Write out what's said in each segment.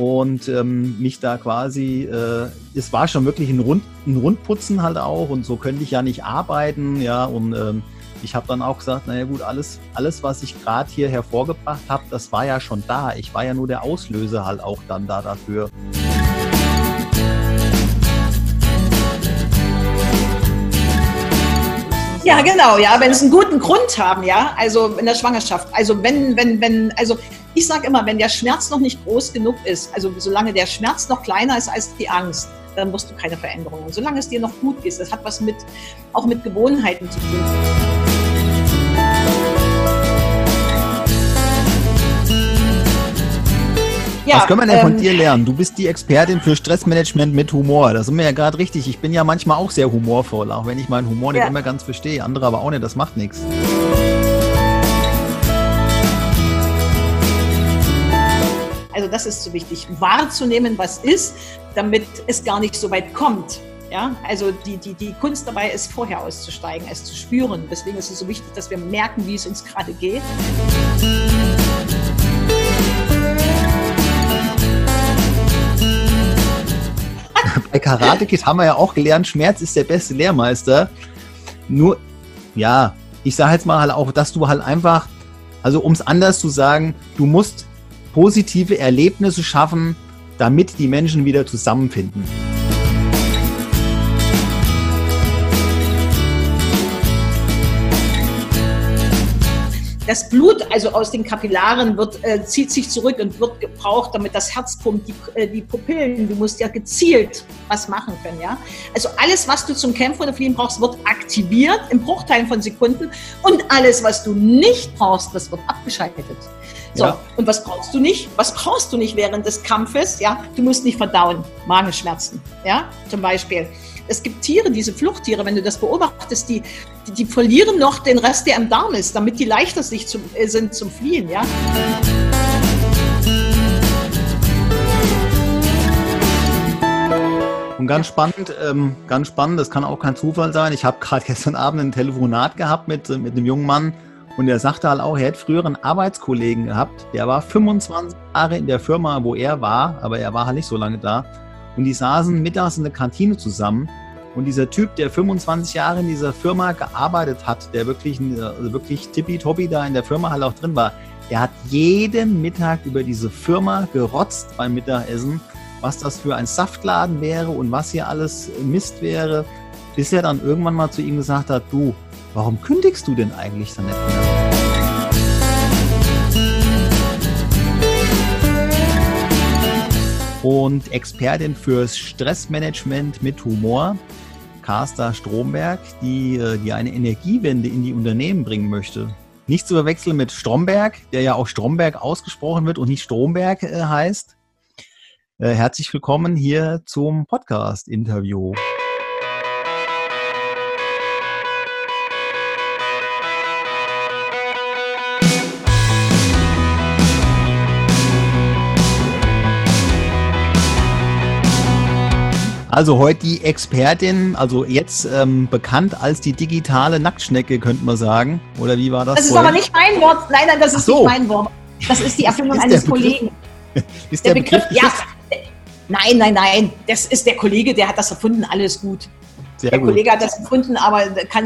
und mich da quasi, es war schon wirklich ein Rundputzen halt auch und so könnte ich ja nicht arbeiten, ja, und ich habe dann auch gesagt, naja gut, alles, was ich gerade hier hervorgebracht habe, das war ja schon da. Ich war ja nur der Auslöser halt auch dann da dafür. Ja, genau, ja, wenn es einen guten Grund haben, ja, also in der Schwangerschaft, also also ich sage immer, wenn der Schmerz noch nicht groß genug ist, also solange der Schmerz noch kleiner ist als die Angst, dann musst du keine Veränderungen. Solange es dir noch gut geht, das hat was auch mit Gewohnheiten zu tun. Ja, was können wir denn von dir lernen? Du bist die Expertin für Stressmanagement mit Humor. Da sind wir ja gerade richtig. Ich bin ja manchmal auch sehr humorvoll, auch wenn ich meinen Humor nicht immer ganz verstehe. Andere aber auch nicht, das macht nichts. Also das ist so wichtig, wahrzunehmen, was ist, damit es gar nicht so weit kommt. Ja? Also die Kunst dabei ist, vorher auszusteigen, es zu spüren. Deswegen ist es so wichtig, dass wir merken, wie es uns gerade geht. Bei Karate Kid haben wir ja auch gelernt, Schmerz ist der beste Lehrmeister. Nur, ja, ich sage jetzt mal halt auch, dass du halt einfach, also um es anders zu sagen, du musst positive Erlebnisse schaffen, damit die Menschen wieder zusammenfinden. Das Blut, also aus den Kapillaren, zieht sich zurück und wird gebraucht, damit das Herz pumpt, die Pupillen. Du musst ja gezielt was machen können, ja. Also alles, was du zum Kämpfen oder Fliehen brauchst, wird aktiviert in Bruchteilen von Sekunden und alles, was du nicht brauchst, das wird abgeschaltet. So, ja. Und was brauchst du nicht? Was brauchst du nicht während des Kampfes? Ja, du musst nicht verdauen, Magenschmerzen, ja, zum Beispiel. Es gibt Tiere, diese Fluchttiere, wenn du das beobachtest, die verlieren noch den Rest, der im Darm ist, damit die leichter sind zum Fliehen, ja. Und ganz spannend, das kann auch kein Zufall sein. Ich habe gerade gestern Abend ein Telefonat gehabt mit einem jungen Mann und der sagte halt auch, er hätte früher einen Arbeitskollegen gehabt, der war 25 Jahre in der Firma, wo er war, aber er war halt nicht so lange da. Und die saßen mittags in der Kantine zusammen. Und dieser Typ, der 25 Jahre in dieser Firma gearbeitet hat, der wirklich tippitoppi da in der Firma halt auch drin war, der hat jeden Mittag über diese Firma gerotzt beim Mittagessen, was das für ein Saftladen wäre und was hier alles Mist wäre, bis er dann irgendwann mal zu ihm gesagt hat, du, warum kündigst du denn eigentlich so nicht mehr? Und Expertin fürs Stressmanagement mit Humor, Carsta Stromberg, die eine Energiewende in die Unternehmen bringen möchte. Nicht zu verwechseln mit Stromberg, der ja auch Stromberg ausgesprochen wird und nicht Stromberg heißt. Herzlich willkommen hier zum Podcast-Interview. Also heute die Expertin, also jetzt bekannt als die digitale Nacktschnecke, könnte man sagen. Oder wie war das? Das ist aber nicht mein Wort. Nein, das ist nicht mein Wort. Das ist die Erfindung eines Kollegen. Ist der Begriff? Ja. Nein. Das ist der Kollege, der hat das erfunden. Alles gut. Sehr der gut. Kollege hat das erfunden, aber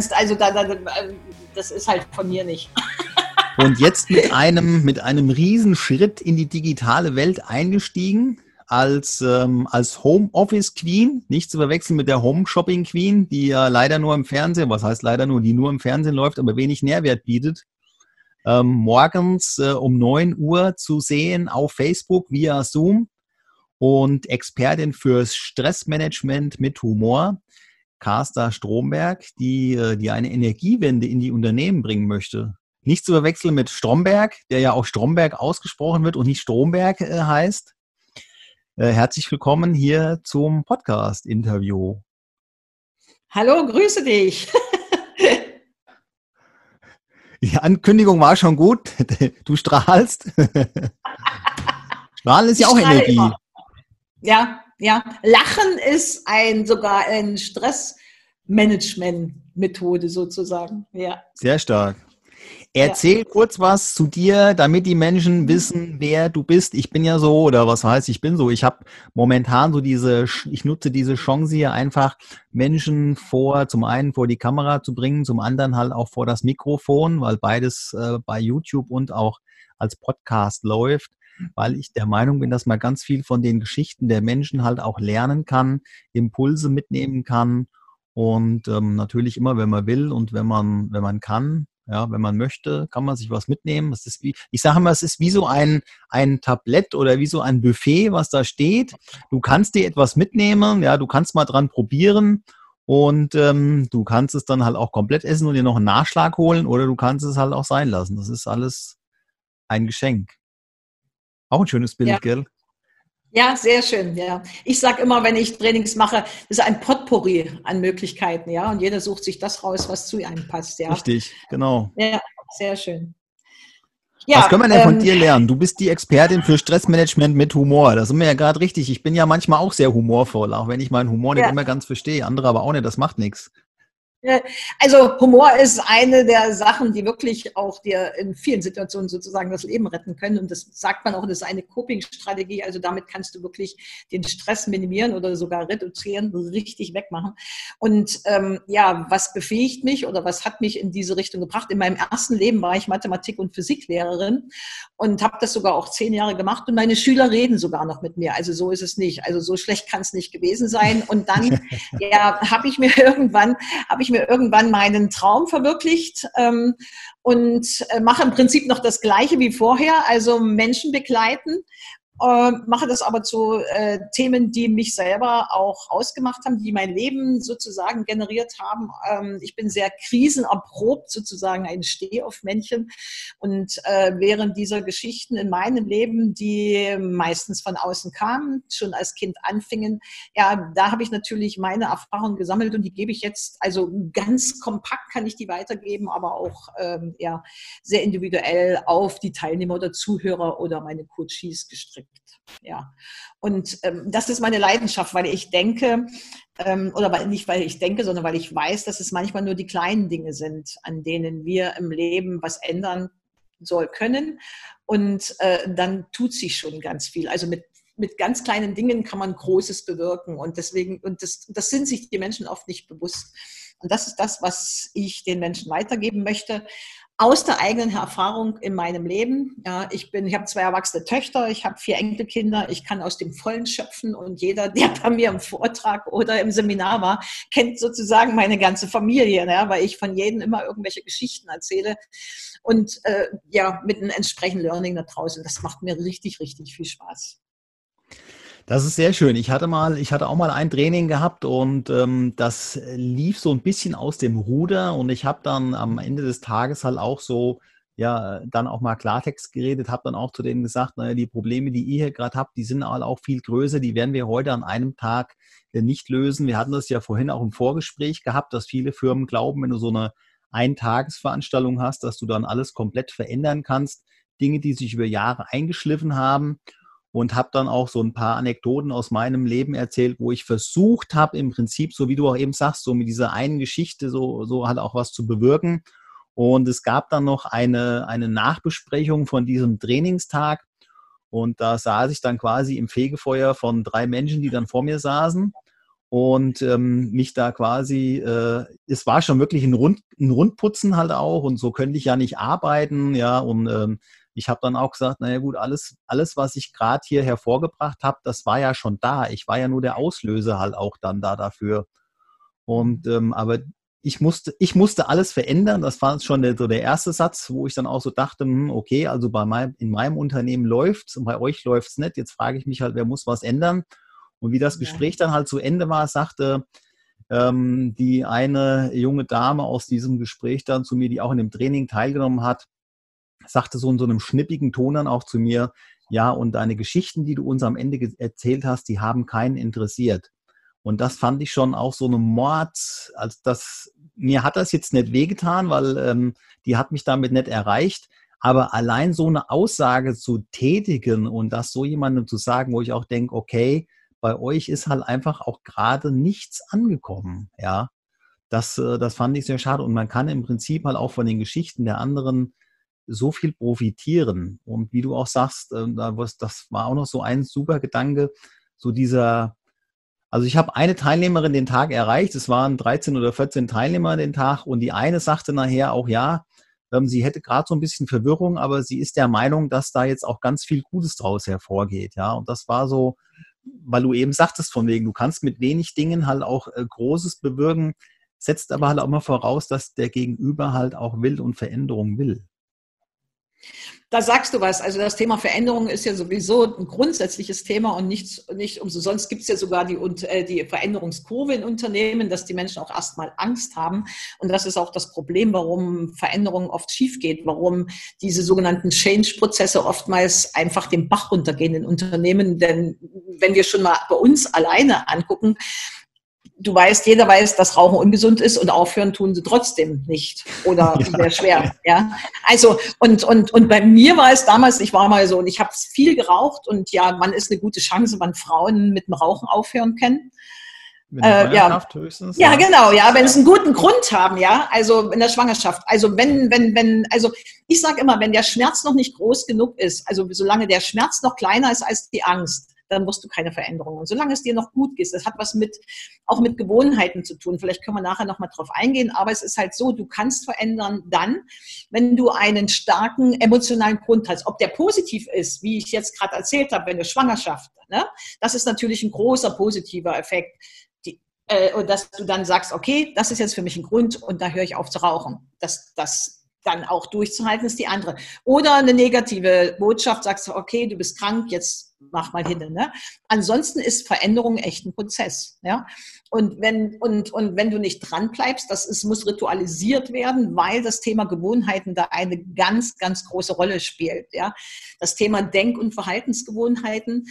das ist halt von mir nicht. Und jetzt mit einem Riesenschritt in die digitale Welt eingestiegen. Als Homeoffice Queen, nicht zu verwechseln mit der Home Shopping Queen, die ja leider nur im Fernsehen, was heißt leider nur, die nur im Fernsehen läuft, aber wenig Nährwert bietet. Morgens um 9 Uhr zu sehen auf Facebook via Zoom und Expertin fürs Stressmanagement mit Humor, Carsta Stromberg, die eine Energiewende in die Unternehmen bringen möchte. Nicht zu verwechseln mit Stromberg, der ja auch Stromberg ausgesprochen wird und nicht Stromberg heißt. Herzlich willkommen hier zum Podcast-Interview. Hallo, grüße dich. Die Ankündigung war schon gut. Du strahlst. Strahlen ist ja auch Energie. Immer. Ja. Lachen ist sogar eine Stressmanagement-Methode sozusagen. Ja. Sehr stark. Ja. Erzähl kurz was zu dir, damit die Menschen wissen, wer du bist. Ich bin ja so, oder was heißt, ich bin so. Ich habe momentan so ich nutze diese Chance hier einfach, Menschen zum einen vor die Kamera zu bringen, zum anderen halt auch vor das Mikrofon, weil beides bei YouTube und auch als Podcast läuft, weil ich der Meinung bin, dass man ganz viel von den Geschichten der Menschen halt auch lernen kann, Impulse mitnehmen kann und natürlich immer, wenn man will und wenn man kann. Ja, wenn man möchte, kann man sich was mitnehmen. Es ist wie, ich sage immer, es ist wie so ein Tablett oder wie so ein Buffet, was da steht. Du kannst dir etwas mitnehmen, ja, du kannst mal dran probieren und du kannst es dann halt auch komplett essen und dir noch einen Nachschlag holen oder du kannst es halt auch sein lassen. Das ist alles ein Geschenk. Auch ein schönes Ja. Bild, gell? Ja, sehr schön, ja. Ich sage immer, wenn ich Trainings mache, das ist ein Potpourri an Möglichkeiten, ja, und jeder sucht sich das raus, was zu einem passt, ja. Richtig, genau. Ja, sehr schön. Was können Ja, wir denn von dir lernen? Du bist die Expertin für Stressmanagement mit Humor. Da sind wir ja gerade richtig. Ich bin ja manchmal auch sehr humorvoll, auch wenn ich meinen Humor nicht ja. immer ganz verstehe. Andere aber auch nicht, das macht nichts. Also Humor ist eine der Sachen, die wirklich auch dir in vielen Situationen sozusagen das Leben retten können. Und das sagt man auch, das ist eine Coping-Strategie. Also damit kannst du wirklich den Stress minimieren oder sogar reduzieren, richtig wegmachen. Und ja, was befähigt mich oder was hat mich in diese Richtung gebracht? In meinem ersten Leben war ich Mathematik- und Physiklehrerin und habe das sogar auch 10 Jahre gemacht. Und meine Schüler reden sogar noch mit mir. Also so ist es nicht. Also so schlecht kann es nicht gewesen sein. Und dann ja, habe ich mir irgendwann meinen Traum verwirklicht und mache im Prinzip noch das Gleiche wie vorher, also Menschen begleiten. Mache das aber zu Themen, die mich selber auch ausgemacht haben, die mein Leben sozusagen generiert haben. Ich bin sehr krisenerprobt, sozusagen ein Stehaufmännchen. Und während dieser Geschichten in meinem Leben, die meistens von außen kamen, schon als Kind anfingen, ja, da habe ich natürlich meine Erfahrungen gesammelt und die gebe ich jetzt, also ganz kompakt kann ich die weitergeben, aber auch ja, sehr individuell auf die Teilnehmer oder Zuhörer oder meine Coaches gestrickt. Ja, und das ist meine Leidenschaft, weil ich denke, oder nicht weil ich denke, sondern weil ich weiß, dass es manchmal nur die kleinen Dinge sind, an denen wir im Leben was ändern können. Und dann tut sich schon ganz viel. Also mit ganz kleinen Dingen kann man Großes bewirken. Und deswegen, und das sind sich die Menschen oft nicht bewusst. Und das ist das, was ich den Menschen weitergeben möchte. Aus der eigenen Erfahrung in meinem Leben. Ja, ich habe 2 erwachsene Töchter, ich habe 4 Enkelkinder, ich kann aus dem Vollen schöpfen und jeder, der bei mir im Vortrag oder im Seminar war, kennt sozusagen meine ganze Familie, ja, weil ich von jedem immer irgendwelche Geschichten erzähle und ja, mit einem entsprechenden Learning da draußen. Das macht mir richtig, richtig viel Spaß. Das ist sehr schön. Ich hatte auch mal ein Training gehabt und das lief so ein bisschen aus dem Ruder und ich habe dann am Ende des Tages halt auch so, ja, dann auch mal Klartext geredet, habe dann auch zu denen gesagt, naja, die Probleme, die ihr hier gerade habt, die sind halt auch viel größer, die werden wir heute an einem Tag nicht lösen. Wir hatten das ja vorhin auch im Vorgespräch gehabt, dass viele Firmen glauben, wenn du so eine Eintagesveranstaltung hast, dass du dann alles komplett verändern kannst. Dinge, die sich über Jahre eingeschliffen haben. Und habe dann auch so ein paar Anekdoten aus meinem Leben erzählt, wo ich versucht habe, im Prinzip, so wie du auch eben sagst, so mit dieser einen Geschichte so halt auch was zu bewirken. Und es gab dann noch eine Nachbesprechung von diesem Trainingstag. Und da saß ich dann quasi im Fegefeuer von 3 Menschen, die dann vor mir saßen. Und mich da quasi, es war schon wirklich ein Rundputzen halt auch. Und so könnte ich ja nicht arbeiten, ja. Und ich habe dann auch gesagt, naja gut, alles, was ich gerade hier hervorgebracht habe, das war ja schon da. Ich war ja nur der Auslöser halt auch dann da dafür. Und aber ich musste alles verändern. Das war schon so der erste Satz, wo ich dann auch so dachte, okay, also in meinem Unternehmen läuft's und bei euch läuft's nicht. Jetzt frage ich mich halt, wer muss was ändern? Und wie das Gespräch dann halt zu Ende war, sagte die eine junge Dame aus diesem Gespräch dann zu mir, die auch in dem Training teilgenommen hat, sagte so in so einem schnippigen Ton dann auch zu mir, ja, und deine Geschichten, die du uns am Ende erzählt hast, die haben keinen interessiert. Und das fand ich schon auch so eine mir hat das jetzt nicht wehgetan, weil die hat mich damit nicht erreicht. Aber allein so eine Aussage zu tätigen und das so jemandem zu sagen, wo ich auch denke, okay, bei euch ist halt einfach auch gerade nichts angekommen, ja. Das fand ich sehr schade. Und man kann im Prinzip halt auch von den Geschichten der anderen so viel profitieren. Und wie du auch sagst, das war auch noch so ein super Gedanke, so dieser, also ich habe eine Teilnehmerin den Tag erreicht, es waren 13 oder 14 Teilnehmer den Tag und die eine sagte nachher auch, ja, sie hätte gerade so ein bisschen Verwirrung, aber sie ist der Meinung, dass da jetzt auch ganz viel Gutes draus hervorgeht, ja. Und das war so, weil du eben sagtest von wegen, du kannst mit wenig Dingen halt auch Großes bewirken, setzt aber halt auch mal voraus, dass der Gegenüber halt auch will und Veränderung will. Da sagst du was. Also das Thema Veränderung ist ja sowieso ein grundsätzliches Thema und nicht umsonst gibt es ja sogar die Veränderungskurve in Unternehmen, dass die Menschen auch erstmal Angst haben. Und das ist auch das Problem, warum Veränderung oft schief geht, warum diese sogenannten Change-Prozesse oftmals einfach den Bach runtergehen in Unternehmen. Denn wenn wir schon mal bei uns alleine angucken, jeder weiß, dass Rauchen ungesund ist und aufhören tun sie trotzdem nicht oder sehr schwer. Ja, also und bei mir war es damals, ich war mal so und ich habe viel geraucht und ja, wann ist eine gute Chance, wann Frauen mit dem Rauchen aufhören können? Höchstens. Ja, genau, ja, wenn es einen guten Grund haben, ja, also in der Schwangerschaft. Also also ich sage immer, wenn der Schmerz noch nicht groß genug ist, also solange der Schmerz noch kleiner ist als die Angst, dann musst du keine Veränderungen. Solange es dir noch gut geht, das hat was auch mit Gewohnheiten zu tun. Vielleicht können wir nachher nochmal drauf eingehen, aber es ist halt so, du kannst verändern dann, wenn du einen starken emotionalen Grund hast. Ob der positiv ist, wie ich jetzt gerade erzählt habe, wenn du Schwangerschaft, ne? Das ist natürlich ein großer positiver Effekt. Und dass du dann sagst, okay, das ist jetzt für mich ein Grund und da höre ich auf zu rauchen. Das dann auch durchzuhalten ist die andere. Oder eine negative Botschaft, sagst du, okay, du bist krank, jetzt mach mal hin. Ne? Ansonsten ist Veränderung echt ein Prozess. Ja? Und wenn du nicht dran bleibst, muss ritualisiert werden, weil das Thema Gewohnheiten da eine ganz, ganz große Rolle spielt. Ja? Das Thema Denk- und Verhaltensgewohnheiten,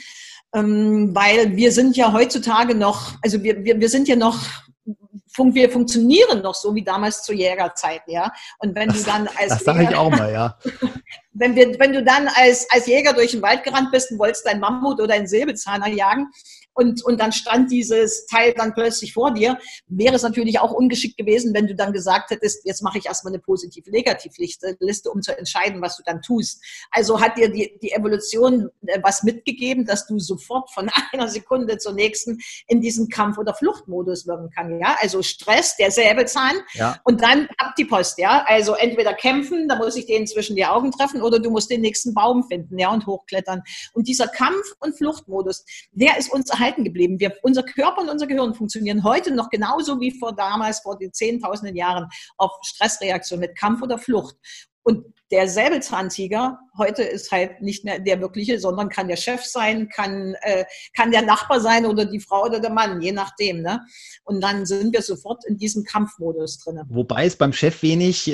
weil wir sind ja heutzutage noch, also wir sind ja noch, wir funktionieren noch so wie damals zu Jägerzeiten, ja. Und wenn du dann als das sage ich auch mal, ja. Wenn du dann als Jäger durch den Wald gerannt bist und wolltest deinen Mammut oder einen Säbelzahner jagen und dann stand dieses Teil dann plötzlich vor dir, wäre es natürlich auch ungeschickt gewesen, wenn du dann gesagt hättest, jetzt mache ich erstmal eine Positiv-Negativ-Liste, um zu entscheiden, was du dann tust. Also hat dir die Evolution was mitgegeben, dass du sofort von einer Sekunde zur nächsten in diesen Kampf- oder Fluchtmodus wirken kann, ja. Also Stress, der Säbelzahn, ja. Und dann ab die Post, ja. Also entweder kämpfen, da muss ich den zwischen die Augen treffen, oder du musst den nächsten Baum finden, ja, und hochklettern. Und dieser Kampf- und Fluchtmodus, der ist uns erhalten geblieben. Unser Körper und unser Gehirn funktionieren heute noch genauso wie vor den 10.000 Jahren auf Stressreaktion mit Kampf oder Flucht. Und der Säbelzahntiger heute ist halt nicht mehr der wirkliche, sondern kann der Chef sein, kann der Nachbar sein oder die Frau oder der Mann, je nachdem. Ne? Und dann sind wir sofort in diesem Kampfmodus drin. Wobei es beim Chef wenig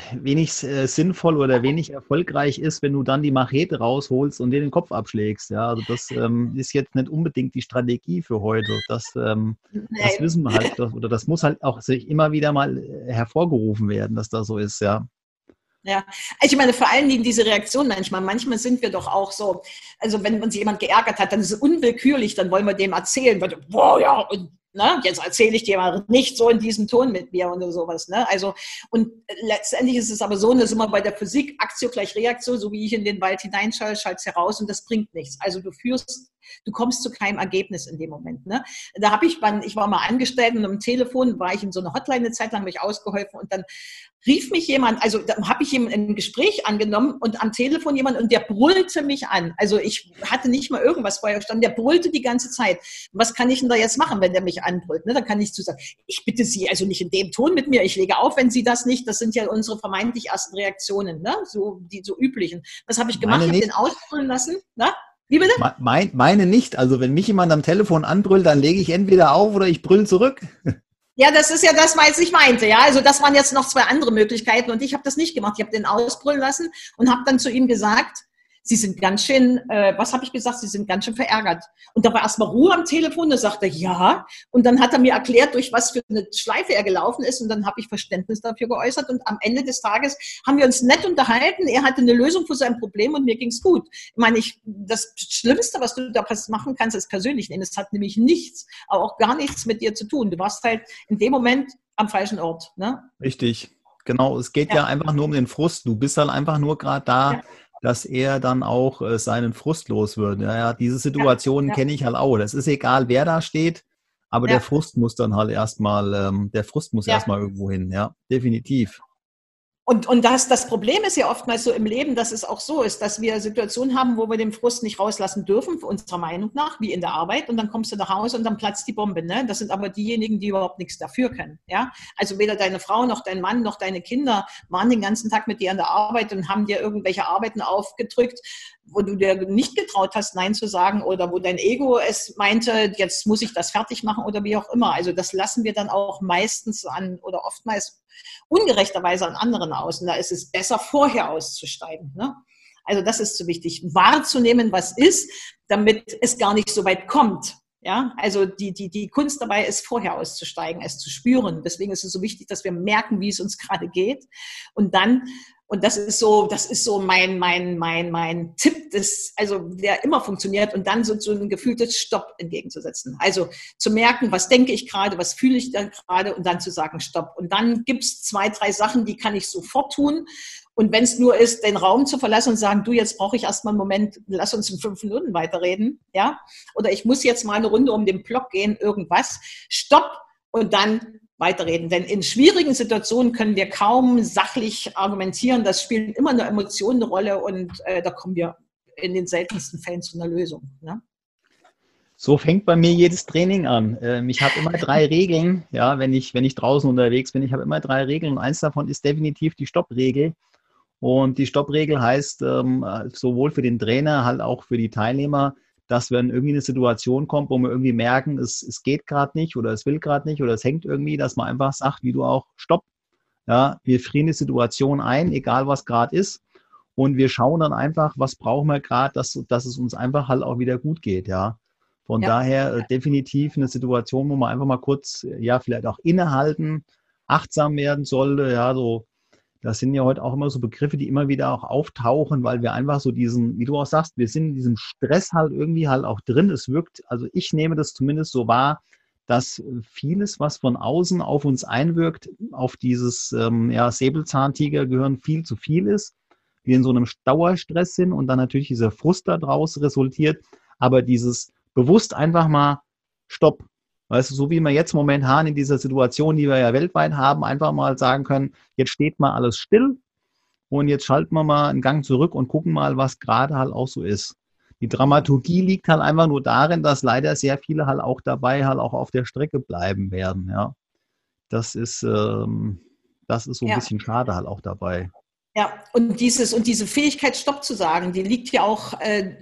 sinnvoll oder wenig erfolgreich ist, wenn du dann die Machete rausholst und dir den Kopf abschlägst. Ja, also das ist jetzt nicht unbedingt die Strategie für heute. Das wissen wir halt, oder das muss halt auch sich immer wieder mal hervorgerufen werden, dass das so ist, ja. Ja, ich meine, vor allen Dingen diese Reaktion manchmal sind wir doch auch so, also wenn uns jemand geärgert hat, dann ist es unwillkürlich, dann wollen wir dem erzählen, boah, ja, und ne, jetzt erzähle ich dir mal nicht so in diesem Ton mit mir oder sowas. Ne? Also, und letztendlich ist es aber so, und das ist immer bei der Physik, Aktio gleich Reaktio, so wie ich in den Wald hineinschalte, schalt's heraus und das bringt nichts. Also du kommst zu keinem Ergebnis in dem Moment. Ne? Da ich war mal angestellt und am Telefon war ich in so einer Hotline eine Zeit lang, habe ich ausgeholfen und dann rief mich jemand, also da habe ich jemand ein Gespräch angenommen und am Telefon jemand und der brüllte mich an. Also ich hatte nicht mal irgendwas vorher gestanden, der brüllte die ganze Zeit. Was kann ich denn da jetzt machen, wenn der mich anbrüllt? Ne? Dann kann ich zu sagen, ich bitte Sie, also nicht in dem Ton mit mir, ich lege auf, wenn Sie das nicht, das sind ja unsere vermeintlich ersten Reaktionen, ne? Die so üblichen. Was habe ich gemacht? Ich habe den ausbrüllen lassen, ne? Wie bitte? Meine nicht. Also wenn mich jemand am Telefon anbrüllt, dann lege ich entweder auf oder ich brülle zurück. Ja, das ist ja das, was ich meinte. Ja, also das waren jetzt noch 2 andere Möglichkeiten und ich habe das nicht gemacht. Ich habe den ausbrüllen lassen und habe dann zu ihm gesagt, Sie sind ganz schön, was habe ich gesagt? Sie sind ganz schön verärgert. Und da war erstmal Ruhe am Telefon, da sagte er, ja. Und dann hat er mir erklärt, durch was für eine Schleife er gelaufen ist. Und dann habe ich Verständnis dafür geäußert. Und am Ende des Tages haben wir uns nett unterhalten. Er hatte eine Lösung für sein Problem und mir ging's gut. Ich meine, das Schlimmste, was du da machen kannst, ist persönlich nehmen. Es hat nämlich nichts, aber auch gar nichts mit dir zu tun. Du warst halt in dem Moment am falschen Ort. Ne? Richtig. genau. Es geht ja einfach nur um den Frust. Du bist halt einfach nur gerade da, ja, dass er dann auch seinen Frust los wird. Ja, ja, diese Situationen ja, kenne ich halt auch. Das ist egal, wer da steht, aber der ja, Frust muss dann halt erstmal, der Frust muss ja. erstmal irgendwo hin. Ja, definitiv. Und das Problem ist ja oftmals so im Leben, dass es auch so ist, dass wir Situationen haben, wo wir den Frust nicht rauslassen dürfen, unserer Meinung nach, wie in der Arbeit. Und dann kommst du nach Hause und dann platzt die Bombe. Ne? Das sind aber diejenigen, die überhaupt nichts dafür können. Ja? Also weder deine Frau noch dein Mann noch deine Kinder waren den ganzen Tag mit dir an der Arbeit und haben dir irgendwelche Arbeiten aufgedrückt, wo du dir nicht getraut hast, Nein zu sagen oder wo dein Ego es meinte, jetzt muss ich das fertig machen oder wie auch immer. Also das lassen wir dann auch meistens an oder oftmals ungerechterweise an anderen aus. Und da ist es besser, vorher auszusteigen. Ne? Also das ist so wichtig, wahrzunehmen, was ist, damit es gar nicht so weit kommt. Ja, also die Kunst dabei ist, vorher auszusteigen, es zu spüren. Deswegen ist es so wichtig, dass wir merken, wie es uns gerade geht. Und dann, und das ist so mein Tipp, der immer funktioniert, und dann so ein gefühltes Stopp entgegenzusetzen. Also zu merken, was denke ich gerade, was fühle ich dann gerade, und dann zu sagen Stopp. Und dann gibt es 2, 3 Sachen, die kann ich sofort tun. Und wenn es nur ist, den Raum zu verlassen und sagen, du, jetzt brauche ich erstmal einen Moment, lass uns in 5 Minuten weiterreden, ja? Oder ich muss jetzt mal eine Runde um den Block gehen, irgendwas. Stopp und dann weiterreden. Denn in schwierigen Situationen können wir kaum sachlich argumentieren. Das spielt immer eine Emotion eine Rolle, und da kommen wir in den seltensten Fällen zu einer Lösung. Ne? So fängt bei mir jedes Training an. Ich habe immer 3 Regeln, ja, wenn ich draußen unterwegs bin. Ich habe immer 3 Regeln, und eins davon ist definitiv die Stoppregel. Und die Stoppregel heißt sowohl für den Trainer, halt auch für die Teilnehmer, dass wenn irgendwie eine Situation kommt, wo wir irgendwie merken, es geht gerade nicht oder es will gerade nicht oder es hängt irgendwie, dass man einfach sagt, wie du auch, Stopp. Ja, wir frieren die Situation ein, egal was gerade ist. Und wir schauen dann einfach, was brauchen wir gerade, dass es uns einfach halt auch wieder gut geht. Ja. Von daher definitiv eine Situation, wo man einfach mal kurz, ja, vielleicht auch innehalten, achtsam werden sollte. Ja, so. Das sind ja heute auch immer so Begriffe, die immer wieder auch auftauchen, weil wir einfach so diesen, wie du auch sagst, wir sind in diesem Stress halt irgendwie halt auch drin. Es wirkt, also ich nehme das zumindest so wahr, dass vieles, was von außen auf uns einwirkt, auf dieses Säbelzahntigergehirn viel zu viel ist. Wir in so einem Dauerstress sind und dann natürlich dieser Frust daraus resultiert. Aber dieses bewusst einfach mal Stopp. Weißt du, so wie wir jetzt momentan in dieser Situation, die wir ja weltweit haben, einfach mal sagen können, jetzt steht mal alles still und jetzt schalten wir mal einen Gang zurück und gucken mal, was gerade halt auch so ist. Die Dramaturgie liegt halt einfach nur darin, dass leider sehr viele halt auch dabei halt auch auf der Strecke bleiben werden. Ja, das ist so ein bisschen schade halt auch dabei. Ja, und diese Fähigkeit, Stopp zu sagen, die liegt ja auch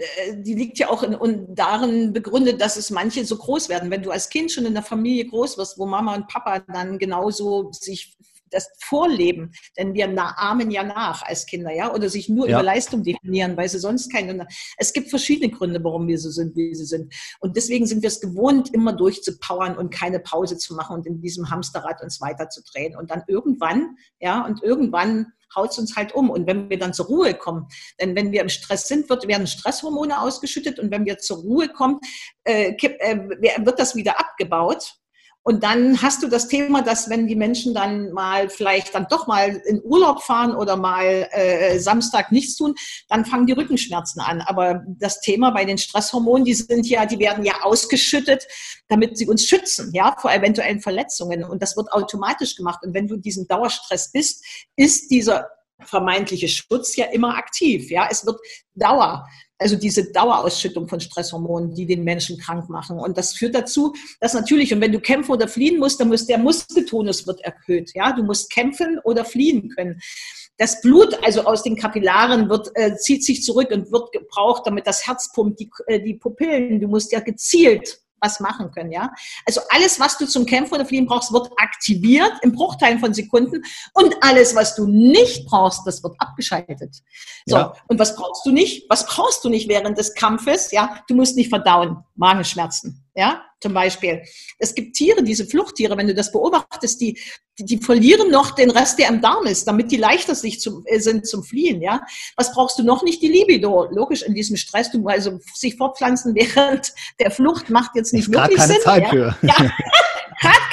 darin begründet, dass es manche so groß werden. Wenn du als Kind schon in der Familie groß wirst, wo Mama und Papa dann genauso sich das vorleben, denn wir ahmen ja nach als Kinder, ja, oder sich nur über Leistung definieren, weil sie sonst keine. Es gibt verschiedene Gründe, warum wir so sind, wie sie sind. Und deswegen sind wir es gewohnt, immer durchzupowern und keine Pause zu machen und in diesem Hamsterrad uns weiterzudrehen. Und dann irgendwann haut es uns halt um. Und wenn wir dann zur Ruhe kommen, denn wenn wir im Stress sind, werden Stresshormone ausgeschüttet, und wenn wir zur Ruhe kommen, wird das wieder abgebaut. Und dann hast du das Thema, dass wenn die Menschen dann mal vielleicht dann doch mal in Urlaub fahren oder mal Samstag nichts tun, dann fangen die Rückenschmerzen an. Aber das Thema bei den Stresshormonen, die werden ja ausgeschüttet, damit sie uns schützen, ja, vor eventuellen Verletzungen. Und das wird automatisch gemacht. Und wenn du in diesem Dauerstress bist, ist dieser vermeintliche Schutz ja immer aktiv, ja. Es wird also diese Dauerausschüttung von Stresshormonen, die den Menschen krank machen. Und das führt dazu, dass natürlich, und wenn du kämpfen oder fliehen musst, dann muss der Muskeltonus wird erhöht. Ja, du musst kämpfen oder fliehen können. Das Blut, also aus den Kapillaren, zieht sich zurück und wird gebraucht, damit das Herz pumpt, die Pupillen. Du musst ja gezielt was machen können, ja. Also alles, was du zum Kämpfen oder Fliehen brauchst, wird aktiviert in Bruchteilen von Sekunden, und alles, was du nicht brauchst, das wird abgeschaltet. So, ja. Und was brauchst du nicht? Was brauchst du nicht während des Kampfes? Ja, du musst nicht verdauen, Magenschmerzen, ja, zum Beispiel. Es gibt Tiere, diese Fluchttiere, wenn du das beobachtest, die verlieren noch den Rest, der im Darm ist, damit die leichter sind zum Fliehen, ja. Was brauchst du noch nicht? Die Libido. Logisch, in diesem Stress, also sich fortpflanzen während der Flucht macht jetzt nicht wirklich Sinn. Zeit für. Ja. Gerade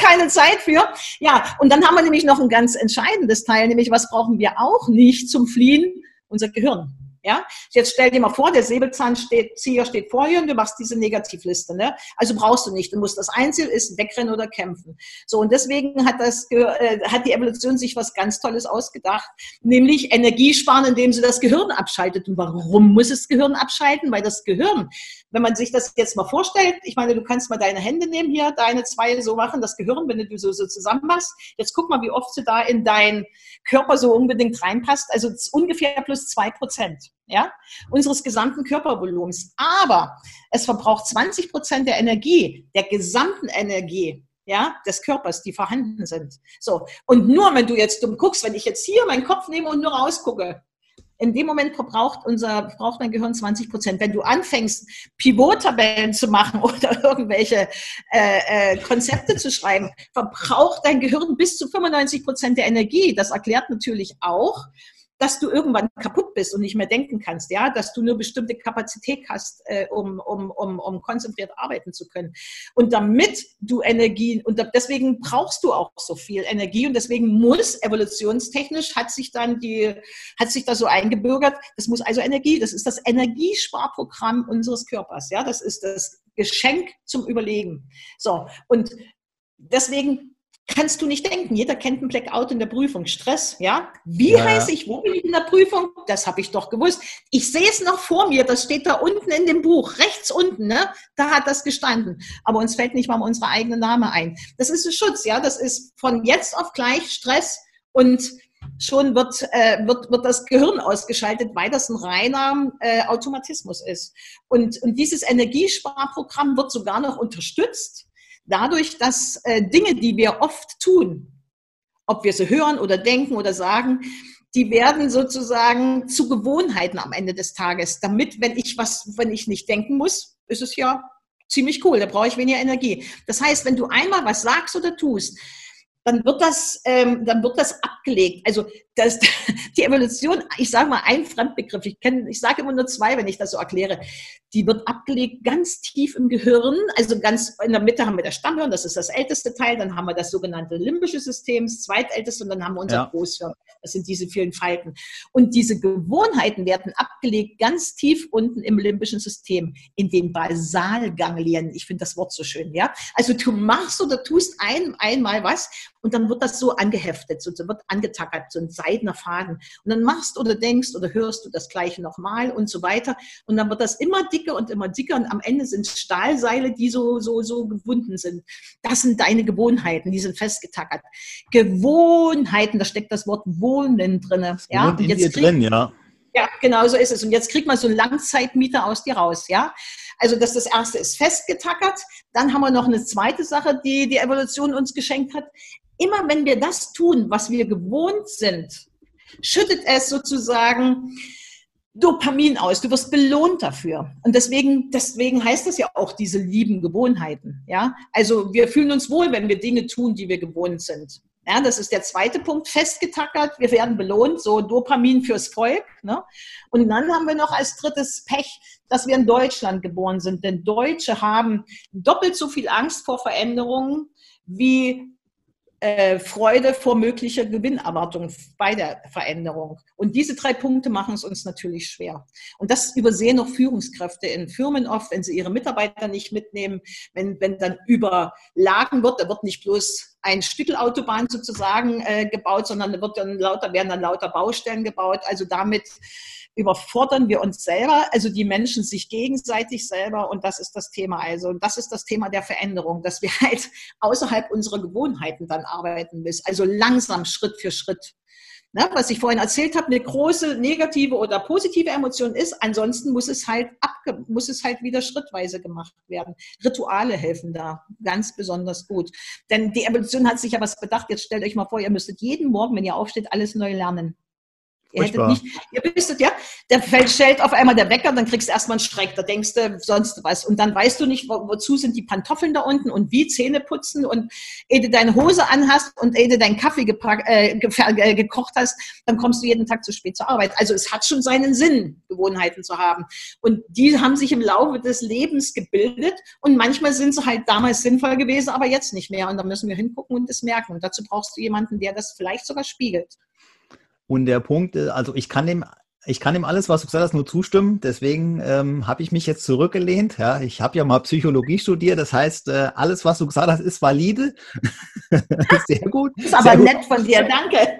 keine Zeit für. Ja, und dann haben wir nämlich noch ein ganz entscheidendes Teil, nämlich was brauchen wir auch nicht zum Fliehen? Unser Gehirn. Ja, jetzt stell dir mal vor, der Säbelzahnzieher steht vor dir und du machst diese Negativliste, ne? Also brauchst du nicht. Du musst das Einzige ist wegrennen oder kämpfen. So, und deswegen hat die Evolution sich was ganz Tolles ausgedacht, nämlich Energie sparen, indem sie das Gehirn abschaltet. Und warum muss es das Gehirn abschalten? Weil das Gehirn, wenn man sich das jetzt mal vorstellt, ich meine, du kannst mal deine Hände nehmen hier, deine zwei so machen, das Gehirn, wenn du so zusammen machst. Jetzt guck mal, wie oft du da in deinen Körper so unbedingt reinpasst. Also ungefähr plus 2%. Ja, unseres gesamten Körpervolumens. Aber es verbraucht 20% der Energie, der gesamten Energie, ja, des Körpers, die vorhanden sind. So. Und nur wenn du jetzt dumm guckst, wenn ich jetzt hier meinen Kopf nehme und nur rausgucke, in dem Moment braucht mein Gehirn 20%. Wenn du anfängst, Pivot-Tabellen zu machen oder irgendwelche Konzepte zu schreiben, verbraucht dein Gehirn bis zu 95% der Energie. Das erklärt natürlich auch, dass du irgendwann kaputt bist und nicht mehr denken kannst, ja, dass du nur bestimmte Kapazität hast, um konzentriert arbeiten zu können. Und damit du Energie, und deswegen brauchst du auch so viel Energie und deswegen muss evolutionstechnisch hat sich da so eingebürgert, das muss also Energie, das ist das Energiesparprogramm unseres Körpers, ja, das ist das Geschenk zum Überleben. So, und deswegen kannst du nicht denken. Jeder kennt einen Blackout in der Prüfung. Stress, ja? Wie heiße ich? Wo bin ich in der Prüfung? Das habe ich doch gewusst. Ich sehe es noch vor mir. Das steht da unten in dem Buch. Rechts unten, ne? Da hat das gestanden. Aber uns fällt nicht mal unser eigener Name ein. Das ist ein Schutz, ja? Das ist von jetzt auf gleich Stress und schon wird das Gehirn ausgeschaltet, weil das ein reiner Automatismus ist. Und dieses Energiesparprogramm wird sogar noch unterstützt dadurch, dass Dinge, die wir oft tun, ob wir sie hören oder denken oder sagen, die werden sozusagen zu Gewohnheiten am Ende des Tages. Damit, wenn ich nicht denken muss, ist es ja ziemlich cool, da brauche ich weniger Energie. Das heißt, wenn du einmal was sagst oder tust, dann wird das abgelegt. Also die Evolution, ich sage mal ein Fremdbegriff, ich sage immer nur zwei, wenn ich das so erkläre, die wird abgelegt ganz tief im Gehirn, also ganz in der Mitte haben wir das Stammhirn, das ist das älteste Teil, dann haben wir das sogenannte limbische System, das zweitälteste, und dann haben wir unser Großhirn, das sind diese vielen Falten. Und diese Gewohnheiten werden abgelegt ganz tief unten im limbischen System, in den Basalganglien. Ich finde das Wort so schön, ja. Also du machst oder tust einmal was und dann wird das so angeheftet, so wird angetackert, so ein seidener Faden. Und dann machst oder denkst oder hörst du das Gleiche nochmal und so weiter. Und dann wird das immer dicker und am Ende sind Stahlseile, die so gewunden sind. Das sind deine Gewohnheiten, die sind festgetackert. Gewohnheiten, da steckt das Wort Wohnen drin. Ja? Wohnt in dir drin, ja. Ja, genau so ist es. Und jetzt kriegt man so einen Langzeitmieter aus dir raus, ja. Also das erste ist festgetackert. Dann haben wir noch eine zweite Sache, die die Evolution uns geschenkt hat. Immer wenn wir das tun, was wir gewohnt sind, schüttet es sozusagen Dopamin aus. Du wirst belohnt dafür. Und deswegen heißt das ja auch diese lieben Gewohnheiten. Ja? Also wir fühlen uns wohl, wenn wir Dinge tun, die wir gewohnt sind. Ja, das ist der zweite Punkt, festgetackert. Wir werden belohnt, so Dopamin fürs Volk. Ne? Und dann haben wir noch als drittes Pech, dass wir in Deutschland geboren sind. Denn Deutsche haben doppelt so viel Angst vor Veränderungen wie Freude vor möglicher Gewinnerwartung bei der Veränderung. Und diese 3 Punkte machen es uns natürlich schwer. Und das übersehen auch Führungskräfte in Firmen oft, wenn sie ihre Mitarbeiter nicht mitnehmen, wenn dann überladen wird, da wird nicht bloß ein Stückelautobahn sozusagen gebaut, sondern werden dann lauter Baustellen gebaut. Also damit überfordern wir uns selber, also die Menschen sich gegenseitig selber, und das ist das Thema. Also das ist das Thema der Veränderung, dass wir halt außerhalb unserer Gewohnheiten dann arbeiten müssen, also langsam, Schritt für Schritt. Ne, was ich vorhin erzählt habe, eine große negative oder positive Emotion ist, ansonsten muss es halt wieder schrittweise gemacht werden. Rituale helfen da ganz besonders gut. Denn die Evolution hat sich ja was bedacht, jetzt stellt euch mal vor, ihr müsstet jeden Morgen, wenn ihr aufsteht, alles neu lernen. Ihr hättet nicht, ihr wüsstet ja, der stellt auf einmal der Wecker, dann kriegst du erstmal einen Schreck, da denkst du sonst was. Und dann weißt du nicht, wozu sind die Pantoffeln da unten und wie Zähne putzen und ehe du deine Hose anhast und ehe du deinen Kaffee gekocht hast, dann kommst du jeden Tag zu spät zur Arbeit. Also es hat schon seinen Sinn, Gewohnheiten zu haben. Und die haben sich im Laufe des Lebens gebildet und manchmal sind sie halt damals sinnvoll gewesen, aber jetzt nicht mehr. Und da müssen wir hingucken und das merken. Und dazu brauchst du jemanden, der das vielleicht sogar spiegelt. Und der Punkt, also ich kann dem alles, was du gesagt hast, nur zustimmen. Deswegen habe ich mich jetzt zurückgelehnt. Ja, ich habe ja mal Psychologie studiert. Das heißt, alles, was du gesagt hast, ist valide. Sehr gut. Das ist aber nett von dir. Danke.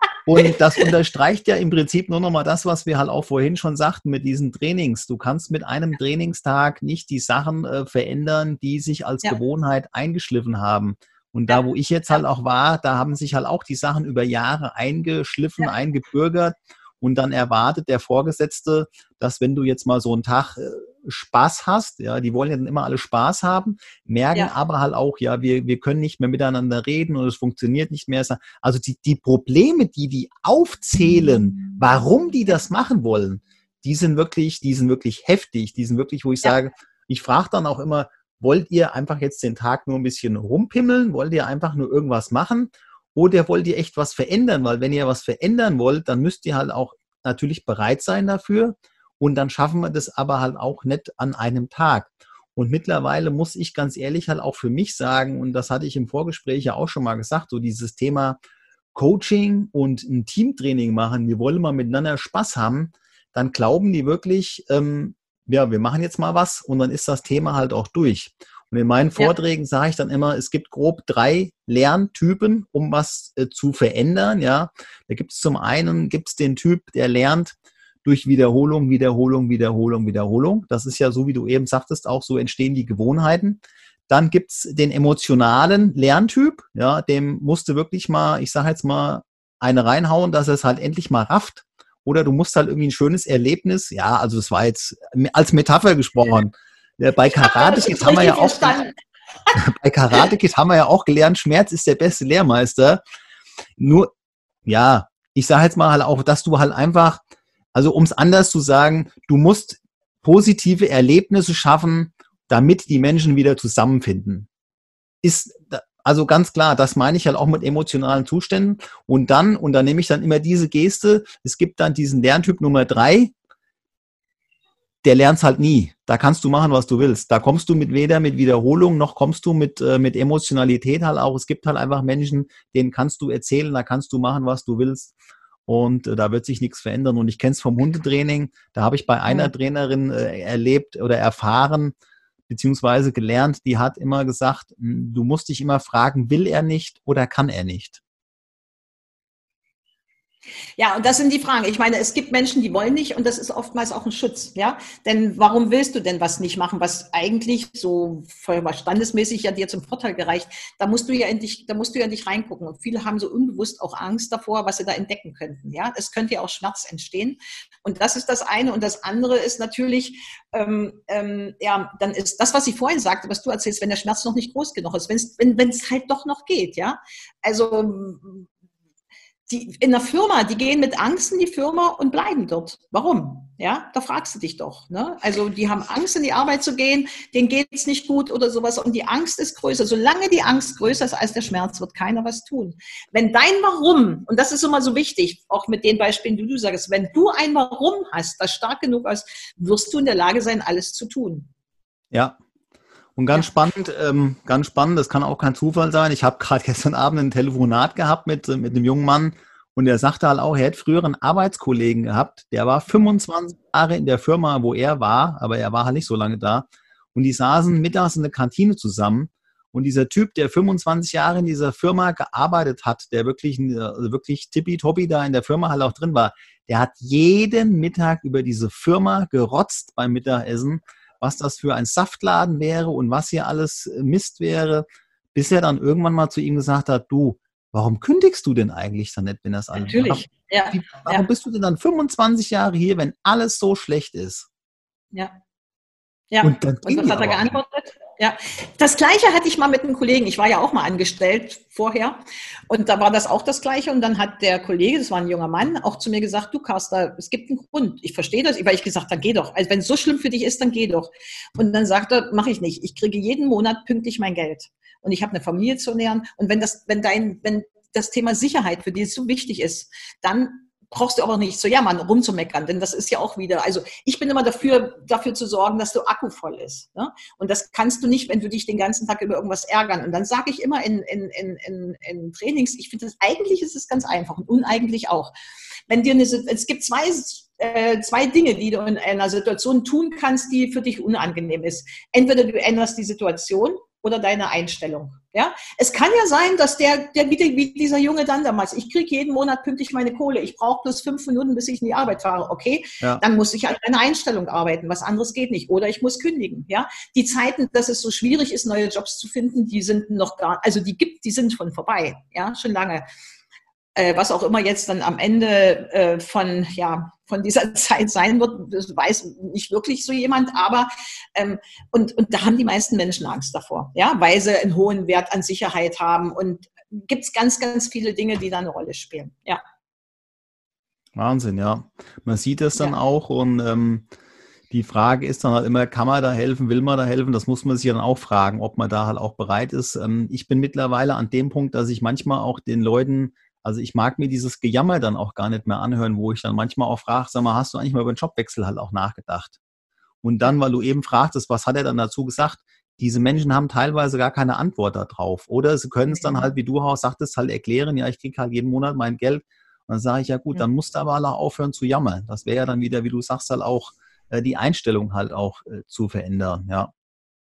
Und das unterstreicht ja im Prinzip nur nochmal das, was wir halt auch vorhin schon sagten mit diesen Trainings. Du kannst mit einem Trainingstag nicht die Sachen verändern, die sich als Gewohnheit eingeschliffen haben. Und da, wo ich jetzt halt auch war, da haben sich halt auch die Sachen über Jahre eingeschliffen, eingebürgert. Und dann erwartet der Vorgesetzte, dass wenn du jetzt mal so einen Tag Spaß hast, ja, die wollen ja dann immer alle Spaß haben, merken aber halt auch, ja, wir können nicht mehr miteinander reden und es funktioniert nicht mehr. Also die Probleme, die aufzählen, warum die das machen wollen, die sind wirklich heftig, die sind wirklich, wo ich sage, ich frage dann auch immer, wollt ihr einfach jetzt den Tag nur ein bisschen rumpimmeln? Wollt ihr einfach nur irgendwas machen? Oder wollt ihr echt was verändern? Weil wenn ihr was verändern wollt, dann müsst ihr halt auch natürlich bereit sein dafür. Und dann schaffen wir das aber halt auch nicht an einem Tag. Und mittlerweile muss ich ganz ehrlich halt auch für mich sagen, und das hatte ich im Vorgespräch ja auch schon mal gesagt, so dieses Thema Coaching und ein Teamtraining machen, wir wollen mal miteinander Spaß haben, dann glauben die wirklich, wir machen jetzt mal was und dann ist das Thema halt auch durch. Und in meinen Vorträgen sage ich dann immer, es gibt grob 3 Lerntypen, um was zu verändern. Ja, da gibt es zum einen den Typ, der lernt durch Wiederholung, Wiederholung, Wiederholung, Wiederholung. Das ist ja so, wie du eben sagtest, auch so entstehen die Gewohnheiten. Dann gibt es den emotionalen Lerntyp. Ja, dem musst du wirklich mal, ich sage jetzt mal, eine reinhauen, dass er es halt endlich mal rafft. Oder du musst halt irgendwie ein schönes Erlebnis, ja, also das war jetzt als Metapher gesprochen. Bei Karate Kid haben wir ja auch bei Karate Kid haben wir ja auch gelernt, Schmerz ist der beste Lehrmeister. Nur, ja, ich sage jetzt mal halt auch, dass du halt einfach, also um es anders zu sagen, du musst positive Erlebnisse schaffen, damit die Menschen wieder zusammenfinden. Ist also ganz klar, das meine ich halt auch mit emotionalen Zuständen. Und dann nehme ich dann immer diese Geste, es gibt dann diesen Lerntyp Nummer 3, der lernt halt nie. Da kannst du machen, was du willst. Da kommst du weder mit Wiederholung, noch kommst du mit Emotionalität halt auch. Es gibt halt einfach Menschen, denen kannst du erzählen, da kannst du machen, was du willst. Und da wird sich nichts verändern. Und ich kenne es vom Hundetraining. Da habe ich bei einer Trainerin erlebt oder erfahren, beziehungsweise gelernt, die hat immer gesagt, du musst dich immer fragen, will er nicht oder kann er nicht? Ja, und das sind die Fragen. Ich meine, es gibt Menschen, die wollen nicht und das ist oftmals auch ein Schutz, ja. Denn warum willst du denn was nicht machen, was eigentlich so standesmäßig ja dir zum Vorteil gereicht? Da musst du ja in dich reingucken. Und viele haben so unbewusst auch Angst davor, was sie da entdecken könnten, ja. Es könnte ja auch Schmerz entstehen. Und das ist das eine. Und das andere ist natürlich, dann ist das, was ich vorhin sagte, was du erzählst, wenn der Schmerz noch nicht groß genug ist, wenn es halt doch noch geht, ja. Also, in der Firma, die gehen mit Angst in die Firma und bleiben dort. Warum? Ja, da fragst du dich doch. Ne? Also die haben Angst, in die Arbeit zu gehen, denen geht es nicht gut oder sowas. Und die Angst ist größer. Solange die Angst größer ist als der Schmerz, wird keiner was tun. Wenn dein Warum, und das ist immer so wichtig, auch mit den Beispielen, die du sagst, wenn du ein Warum hast, das stark genug ist, wirst du in der Lage sein, alles zu tun. Ja. Und ganz spannend, das kann auch kein Zufall sein. Ich habe gerade gestern Abend ein Telefonat gehabt mit einem jungen Mann und der sagte halt auch, er hätte früher einen Arbeitskollegen gehabt, der war 25 Jahre in der Firma, wo er war, aber er war halt nicht so lange da. Und die saßen mittags in der Kantine zusammen. Und dieser Typ, der 25 Jahre in dieser Firma gearbeitet hat, der wirklich tippitoppi da in der Firma halt auch drin war, der hat jeden Mittag über diese Firma gerotzt beim Mittagessen, was das für ein Saftladen wäre und was hier alles Mist wäre, bis er dann irgendwann mal zu ihm gesagt hat, du, warum kündigst du denn eigentlich dann nicht, wenn das alles Natürlich, warum bist du denn dann 25 Jahre hier, wenn alles so schlecht ist? Ja. Und, dann und was hat er geantwortet? Ja, das Gleiche hatte ich mal mit einem Kollegen. Ich war ja auch mal angestellt vorher und da war das auch das Gleiche. Und dann hat der Kollege, das war ein junger Mann, auch zu mir gesagt, du Carsten, es gibt einen Grund. Ich verstehe das, weil ich gesagt habe, dann geh doch. Also wenn es so schlimm für dich ist, dann geh doch. Und dann sagt er, mache ich nicht. Ich kriege jeden Monat pünktlich mein Geld. Und ich habe eine Familie zu ernähren. Und wenn das Thema Sicherheit für dich so wichtig ist, dann brauchst du aber nicht so jammern, rumzumeckern, denn das ist ja auch wieder, also ich bin immer dafür zu sorgen, dass du Akku voll ist. Ne? Und das kannst du nicht, wenn du dich den ganzen Tag über irgendwas ärgern. Und dann sage ich immer in Trainings, ich finde, eigentlich ist es ganz einfach und uneigentlich auch. Es gibt zwei Dinge, die du in einer Situation tun kannst, die für dich unangenehm ist. Entweder du änderst die Situation oder deine Einstellung. Ja, es kann ja sein, dass der wieder wie dieser Junge dann damals, ich kriege jeden Monat pünktlich meine Kohle, ich brauche bloß 5 Minuten, bis ich in die Arbeit fahre. Okay, ja. Dann muss ich an meiner Einstellung arbeiten, was anderes geht nicht. Oder ich muss kündigen. Ja, die Zeiten, dass es so schwierig ist, neue Jobs zu finden, die sind noch die sind schon vorbei. Ja, schon lange. Was auch immer jetzt dann am Ende von dieser Zeit sein wird, das weiß nicht wirklich so jemand, aber und da haben die meisten Menschen Angst davor, ja, weil sie einen hohen Wert an Sicherheit haben und gibt es ganz, ganz viele Dinge, die da eine Rolle spielen, ja. Wahnsinn, ja. Man sieht es dann auch und die Frage ist dann halt immer, kann man da helfen, will man da helfen? Das muss man sich dann auch fragen, ob man da halt auch bereit ist. Ich bin mittlerweile an dem Punkt, dass ich manchmal auch den Leuten, also ich mag mir dieses Gejammer dann auch gar nicht mehr anhören, wo ich dann manchmal auch frage, sag mal, hast du eigentlich mal über den Jobwechsel halt auch nachgedacht? Und dann, weil du eben fragtest, was hat er dann dazu gesagt? Diese Menschen haben teilweise gar keine Antwort darauf. Oder sie können es dann halt, wie du auch sagtest, halt erklären, ja, ich kriege halt jeden Monat mein Geld. Und dann sage ich, ja gut, dann musst du aber auch aufhören zu jammern. Das wäre ja dann wieder, wie du sagst, halt auch die Einstellung halt auch zu verändern, ja.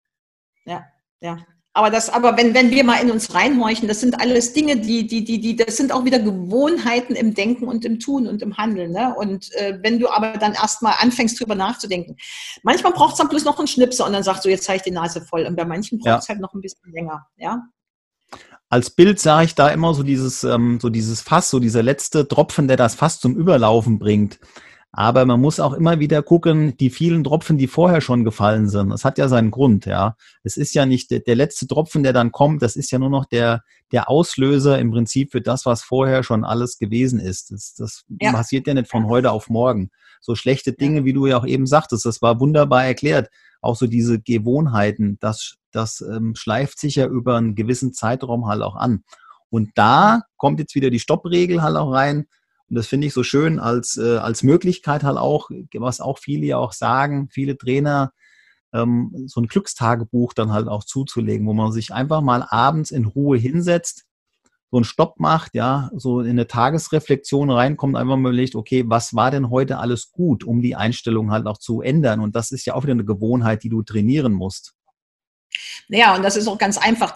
Ja. Aber wenn wir mal in uns reinhorchen, das sind alles Dinge, das sind auch wieder Gewohnheiten im Denken und im Tun und im Handeln. Ne? Und wenn du aber dann erstmal anfängst, drüber nachzudenken, manchmal braucht es dann bloß noch einen Schnipsel und dann sagst du, jetzt habe ich die Nase voll. Und bei manchen braucht es halt noch ein bisschen länger. Ja. Als Bild sage ich da immer so dieses Fass, so dieser letzte Tropfen, der das Fass zum Überlaufen bringt. Aber man muss auch immer wieder gucken, die vielen Tropfen, die vorher schon gefallen sind. Das hat ja seinen Grund, ja. Es ist ja nicht der letzte Tropfen, der dann kommt, das ist ja nur noch der Auslöser im Prinzip für das, was vorher schon alles gewesen ist. Das passiert ja nicht von heute auf morgen. So schlechte Dinge, wie du ja auch eben sagtest, das war wunderbar erklärt. Auch so diese Gewohnheiten, das schleift sich ja über einen gewissen Zeitraum halt auch an. Und da kommt jetzt wieder die Stoppregel halt auch rein. Und das finde ich so schön als Möglichkeit halt auch, was auch viele ja auch sagen, viele Trainer, so ein Glückstagebuch dann halt auch zuzulegen, wo man sich einfach mal abends in Ruhe hinsetzt, so einen Stopp macht, ja, so in eine Tagesreflexion reinkommt, einfach mal überlegt, okay, was war denn heute alles gut, um die Einstellung halt auch zu ändern? Und das ist ja auch wieder eine Gewohnheit, die du trainieren musst. Ja, und das ist auch ganz einfach.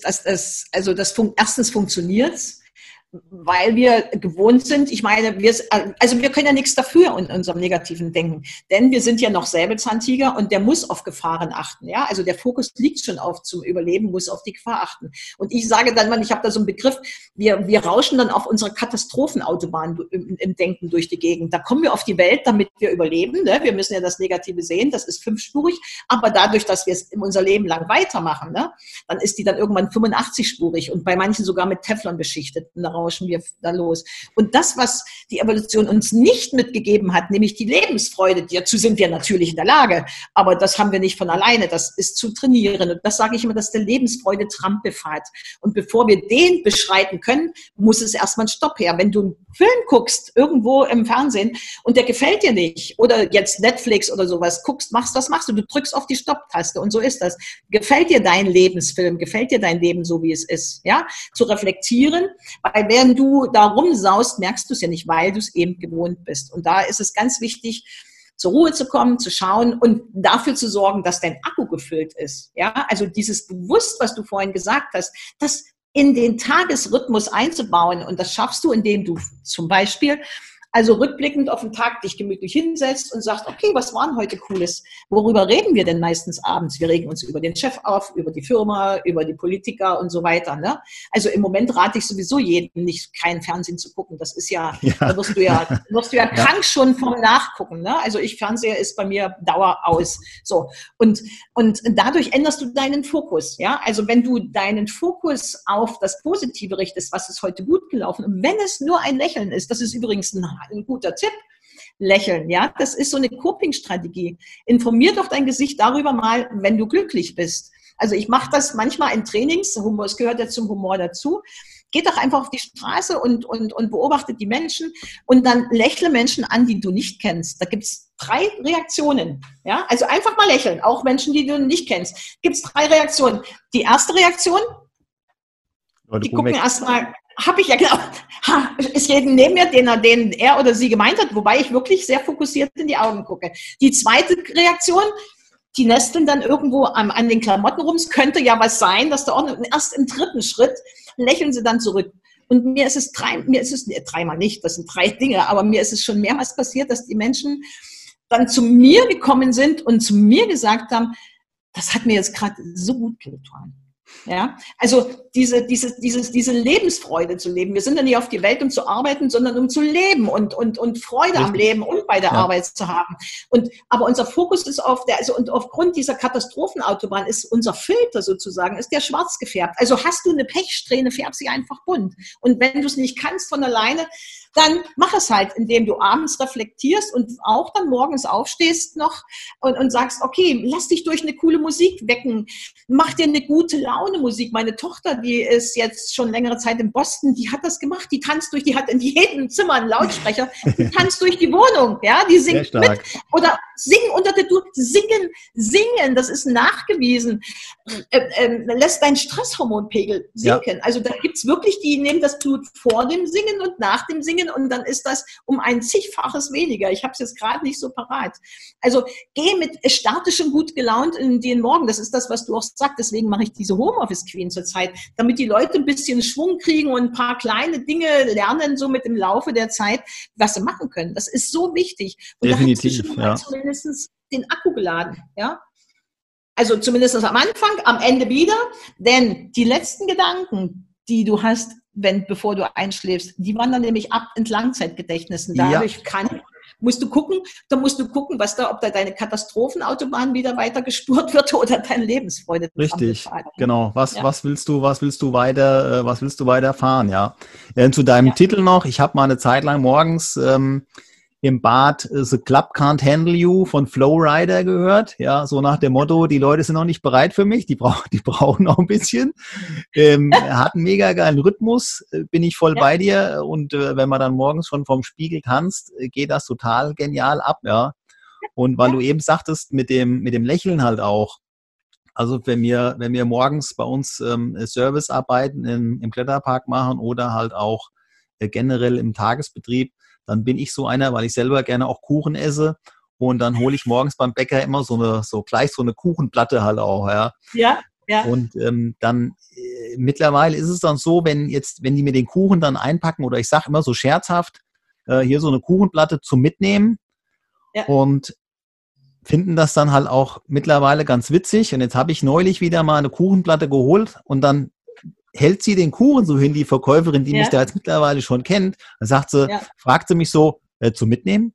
Erstens funktioniert's, weil wir gewohnt sind. Ich meine, wir können ja nichts dafür in unserem negativen Denken, denn wir sind ja noch Säbelzahntiger und der muss auf Gefahren achten. Ja, also der Fokus liegt schon zum Überleben, muss auf die Gefahr achten. Und ich sage dann, ich habe da so einen Begriff, wir rauschen dann auf unserer Katastrophenautobahn im Denken durch die Gegend. Da kommen wir auf die Welt, damit wir überleben. Ne? Wir müssen ja das Negative sehen, das ist 5-spurig, aber dadurch, dass wir es unser Leben lang weitermachen, ne, dann ist die dann irgendwann 85-spurig und bei manchen sogar mit Teflon beschichtet. Rauschen wir da los. Und das, was die Evolution uns nicht mitgegeben hat, nämlich die Lebensfreude, dazu sind wir natürlich in der Lage, aber das haben wir nicht von alleine, das ist zu trainieren. Und das sage ich immer, das ist der Lebensfreude-Trampelpfad. Und bevor wir den beschreiten können, muss es erstmal einen Stopp her. Wenn du einen Film guckst, irgendwo im Fernsehen, und der gefällt dir nicht, oder jetzt Netflix oder sowas, was machst du? Du drückst auf die Stopptaste und so ist das. Gefällt dir dein Lebensfilm? Gefällt dir dein Leben so, wie es ist? Ja? Zu reflektieren, weil während du da rumsaust, merkst du es ja nicht, weil du es eben gewohnt bist. Und da ist es ganz wichtig, zur Ruhe zu kommen, zu schauen und dafür zu sorgen, dass dein Akku gefüllt ist. Ja, also dieses Bewusst, was du vorhin gesagt hast, das in den Tagesrhythmus einzubauen. Und das schaffst du, indem du zum Beispiel Also rückblickend auf den Tag dich gemütlich hinsetzt und sagst, okay, was war denn heute Cooles? Worüber reden wir denn meistens abends? Wir regen uns über den Chef auf, über die Firma, über die Politiker und so weiter. Ne? Also im Moment rate ich sowieso jedem, nicht kein Fernsehen zu gucken. Das ist ja, da wirst du ja krank schon vom Nachgucken. Ne? Also Fernseher ist bei mir Dauer aus. So. Und dadurch änderst du deinen Fokus. Ja? Also wenn du deinen Fokus auf das Positive richtest, was ist heute gut gelaufen, und wenn es nur ein Lächeln ist, das ist übrigens ein guter Tipp, lächeln, ja, das ist so eine Coping-Strategie. Informier doch dein Gesicht darüber mal, wenn du glücklich bist. Also ich mache das manchmal in Trainings, Humor, es gehört ja zum Humor dazu. Geht doch einfach auf die Straße und beobachtet die Menschen und dann lächle Menschen an, die du nicht kennst. Da gibt's 3 Reaktionen. Ja? Also einfach mal lächeln, auch Menschen, die du nicht kennst. Gibt's 3 Reaktionen. Die erste Reaktion, Leute, die gucken erstmal, habe ich ja genau, ist jeden neben mir, den er oder sie gemeint hat, wobei ich wirklich sehr fokussiert in die Augen gucke. Die zweite Reaktion, die nesteln dann irgendwo an den Klamotten rum. Es könnte ja was sein, dass da auch erst im 3. Schritt lächeln sie dann zurück. Und mir ist es dreimal nicht, das sind 3 Dinge, aber mir ist es schon mehrmals passiert, dass die Menschen dann zu mir gekommen sind und zu mir gesagt haben, das hat mir jetzt gerade so gut getan. Ja, also diese Lebensfreude zu leben. Wir sind ja nicht auf die Welt, um zu arbeiten, sondern um zu leben und Freude am Leben und bei der Arbeit zu haben. Aber unser Fokus ist und aufgrund dieser Katastrophenautobahn ist unser Filter sozusagen, ist der schwarz gefärbt. Also hast du eine Pechsträhne, färb sie einfach bunt. Und wenn du es nicht kannst von alleine, dann mach es halt, indem du abends reflektierst und auch dann morgens aufstehst noch und sagst, okay, lass dich durch eine coole Musik wecken, mach dir eine gute Laune Musik. Meine Tochter, die ist jetzt schon längere Zeit in Boston, die hat das gemacht, die hat in jedem Zimmer einen Lautsprecher, die tanzt durch die Wohnung, ja, die singt mit oder singen unter der Tour, singen, das ist nachgewiesen, lässt deinen Stresshormonpegel sinken. Ja. Also da gibt's wirklich, die nehmen das Blut vor dem Singen und nach dem Singen und dann ist das um ein zigfaches weniger. Ich habe es jetzt gerade nicht so parat. Also starte schon gut gelaunt in den Morgen. Das ist das, was du auch sagst. Deswegen mache ich diese Homeoffice Queen zurzeit, damit die Leute ein bisschen Schwung kriegen und ein paar kleine Dinge lernen, so mit dem Laufe der Zeit, was sie machen können. Das ist so wichtig. Und definitiv, da hast du schon mal zumindest den Akku geladen, ja. Also zumindest am Anfang, am Ende wieder, denn die letzten Gedanken, die du hast, bevor du einschläfst, die wandern nämlich ab ins Langzeitgedächtnis. Und dadurch musst du gucken, ob da deine Katastrophenautobahn wieder weiter gespurt wird oder deine Lebensfreude. Richtig, genau. Was willst du weiter fahren, ja. Zu deinem Titel noch, ich habe mal eine Zeit lang morgens im Bad The Club Can't Handle You von Flowrider gehört. Ja, so nach dem Motto, die Leute sind noch nicht bereit für mich, die brauchen noch ein bisschen. Hat einen mega geilen Rhythmus, bin ich voll bei dir. Und wenn man dann morgens schon vorm Spiegel tanzt, geht das total genial ab, ja. Und weil du eben sagtest, mit dem Lächeln halt auch. Also wenn wir morgens bei uns Servicearbeiten im Kletterpark machen oder halt auch generell im Tagesbetrieb, dann bin ich so einer, weil ich selber gerne auch Kuchen esse und dann hole ich morgens beim Bäcker immer so eine Kuchenplatte halt auch, ja. Ja. Und dann mittlerweile ist es dann so, wenn die mir den Kuchen dann einpacken oder ich sage immer so scherzhaft, hier so eine Kuchenplatte zum Mitnehmen und finden das dann halt auch mittlerweile ganz witzig. Und jetzt habe ich neulich wieder mal eine Kuchenplatte geholt und dann hält sie den Kuchen so hin, die Verkäuferin, die mich da jetzt mittlerweile schon kennt, dann fragt sie mich so, zum Mitnehmen?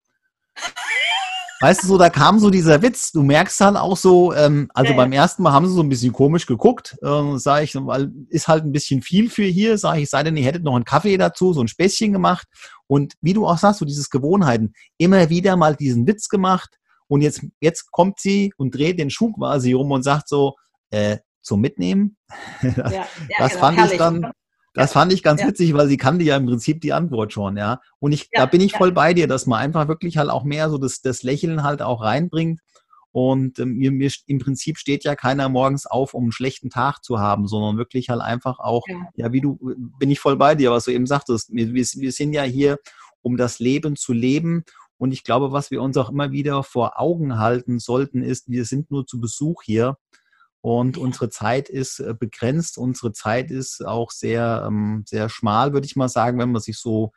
Weißt du, so, da kam so dieser Witz, du merkst dann auch so, beim ersten Mal haben sie so ein bisschen komisch geguckt, sage ich, weil ist halt ein bisschen viel für hier, sage ich, sei denn, ihr hättet noch einen Kaffee dazu, so ein Späßchen gemacht und wie du auch sagst, so dieses Gewohnheiten, immer wieder mal diesen Witz gemacht und jetzt kommt sie und dreht den Schuh quasi um und sagt so, zum Mitnehmen. Das fand ich ganz witzig, weil sie kannte ja im Prinzip die Antwort schon, ja. Und da bin ich voll bei dir, dass man einfach wirklich halt auch mehr so das Lächeln halt auch reinbringt. Und im Prinzip steht ja keiner morgens auf, um einen schlechten Tag zu haben, sondern wirklich halt einfach auch, bin ich voll bei dir, was du eben sagtest. Wir sind ja hier, um das Leben zu leben. Und ich glaube, was wir uns auch immer wieder vor Augen halten sollten, ist, wir sind nur zu Besuch hier. Und unsere Zeit ist begrenzt. Unsere Zeit ist auch sehr, sehr schmal, würde ich mal sagen, wenn man sich so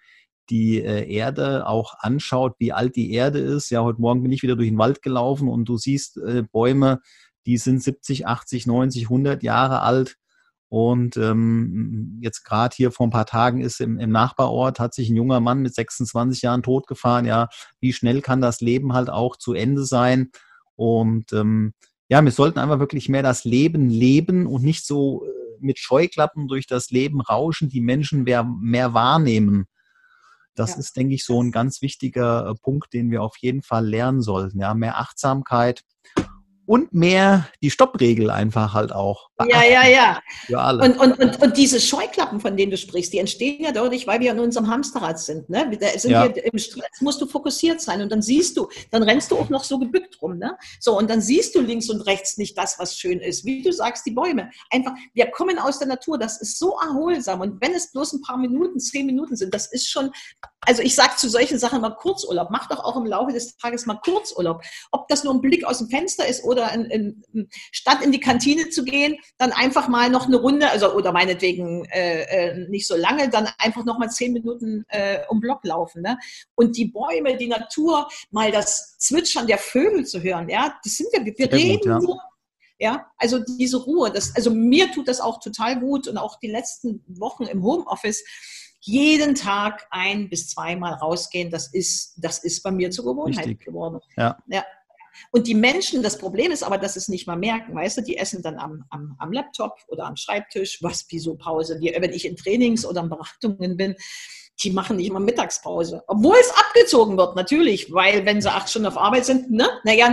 die Erde auch anschaut, wie alt die Erde ist. Ja, heute Morgen bin ich wieder durch den Wald gelaufen und du siehst Bäume, die sind 70, 80, 90, 100 Jahre alt. Und jetzt gerade hier vor ein paar Tagen ist im Nachbarort, hat sich ein junger Mann mit 26 Jahren totgefahren. Ja, wie schnell kann das Leben halt auch zu Ende sein? Und ja, wir sollten einfach wirklich mehr das Leben leben und nicht so mit Scheuklappen durch das Leben rauschen, die Menschen mehr wahrnehmen. Das ist, denke ich, so ein ganz wichtiger Punkt, den wir auf jeden Fall lernen sollten. Ja, mehr Achtsamkeit. Und mehr die Stoppregel einfach halt auch. Ja. Für alle. Und diese Scheuklappen, von denen du sprichst, die entstehen ja dadurch, weil wir in unserem Hamsterrad sind. Ne? Da sind wir im Stress, musst du fokussiert sein und dann siehst du, dann rennst du auch noch so gebückt rum. Ne? So, und dann siehst du links und rechts nicht das, was schön ist. Wie du sagst, die Bäume. Einfach, wir kommen aus der Natur, das ist so erholsam. Und wenn es bloß ein paar Minuten, 10 Minuten sind, das ist schon, also ich sage zu solchen Sachen mal Kurzurlaub. Mach doch auch im Laufe des Tages mal Kurzurlaub. Ob das nur ein Blick aus dem Fenster ist oder statt in die Kantine zu gehen, dann einfach mal noch eine Runde, also oder meinetwegen nicht so lange, dann einfach noch mal 10 Minuten um Block laufen. Ne? Und die Bäume, die Natur, mal das Zwitschern der Vögel zu hören, ja, das sind wir reden nur. Ja, also diese Ruhe, also mir tut das auch total gut und auch die letzten Wochen im Homeoffice, jeden Tag 1 bis 2 Mal rausgehen, das ist bei mir zur Gewohnheit geworden. Ja. Und die Menschen, das Problem ist aber, dass sie es nicht mal merken, weißt du, die essen dann am Laptop oder am Schreibtisch, wieso Pause? Wenn ich in Trainings oder in Beratungen bin, die machen nicht mal Mittagspause. Obwohl es abgezogen wird, natürlich, weil wenn sie 8 Stunden auf Arbeit sind, ne?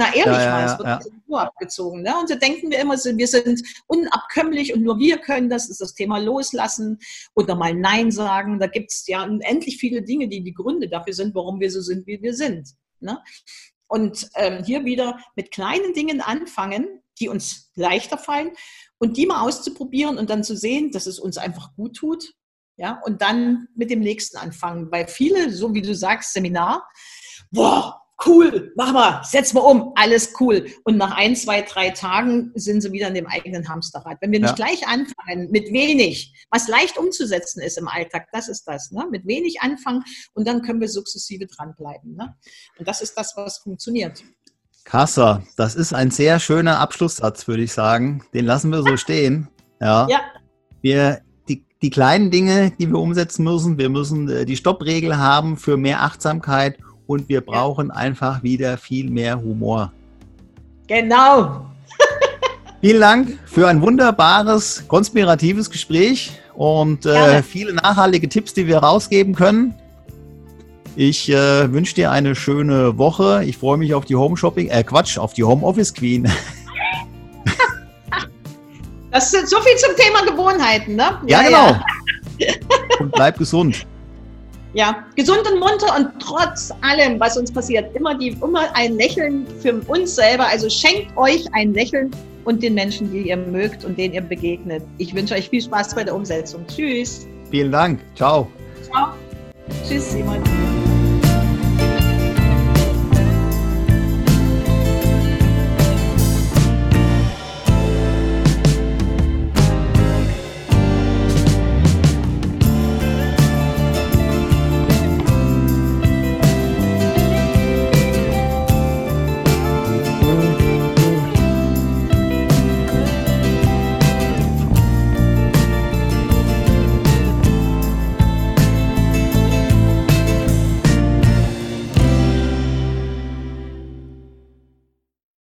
Es wird nur abgezogen. Ne? Und so denken wir immer, wir sind unabkömmlich und nur wir können das, ist das Thema Loslassen oder mal Nein sagen. Da gibt es ja unendlich viele Dinge, die Gründe dafür sind, warum wir so sind, wie wir sind. Ne? Und hier wieder mit kleinen Dingen anfangen, die uns leichter fallen und die mal auszuprobieren und dann zu sehen, dass es uns einfach gut tut. Ja, und dann mit dem nächsten anfangen. Weil viele, so wie du sagst, Seminar, boah, cool, mach mal, setz mal um, alles cool. Und nach 1, 2, 3 Tagen sind sie wieder in dem eigenen Hamsterrad. Wenn wir nicht gleich anfangen, mit wenig, was leicht umzusetzen ist im Alltag, das ist das, ne? Mit wenig anfangen und dann können wir sukzessive dranbleiben. Ne? Und das ist das, was funktioniert. Kassa, das ist ein sehr schöner Abschlusssatz, würde ich sagen. Den lassen wir so stehen. Ja. Die kleinen Dinge, die wir umsetzen müssen, wir müssen die Stoppregel haben für mehr Achtsamkeit und wir brauchen einfach wieder viel mehr Humor. Genau. Vielen Dank für ein wunderbares, konspiratives Gespräch und viele nachhaltige Tipps, die wir rausgeben können. Ich wünsche dir eine schöne Woche. Ich freue mich auf die auf die Homeoffice Queen. Das ist so viel zum Thema Gewohnheiten, ne? Ja, genau. Und bleib gesund. Ja, gesund und munter und trotz allem, was uns passiert, immer ein Lächeln für uns selber. Also schenkt euch ein Lächeln und den Menschen, die ihr mögt und denen ihr begegnet. Ich wünsche euch viel Spaß bei der Umsetzung. Tschüss. Vielen Dank. Ciao. Ciao. Tschüss, Simon.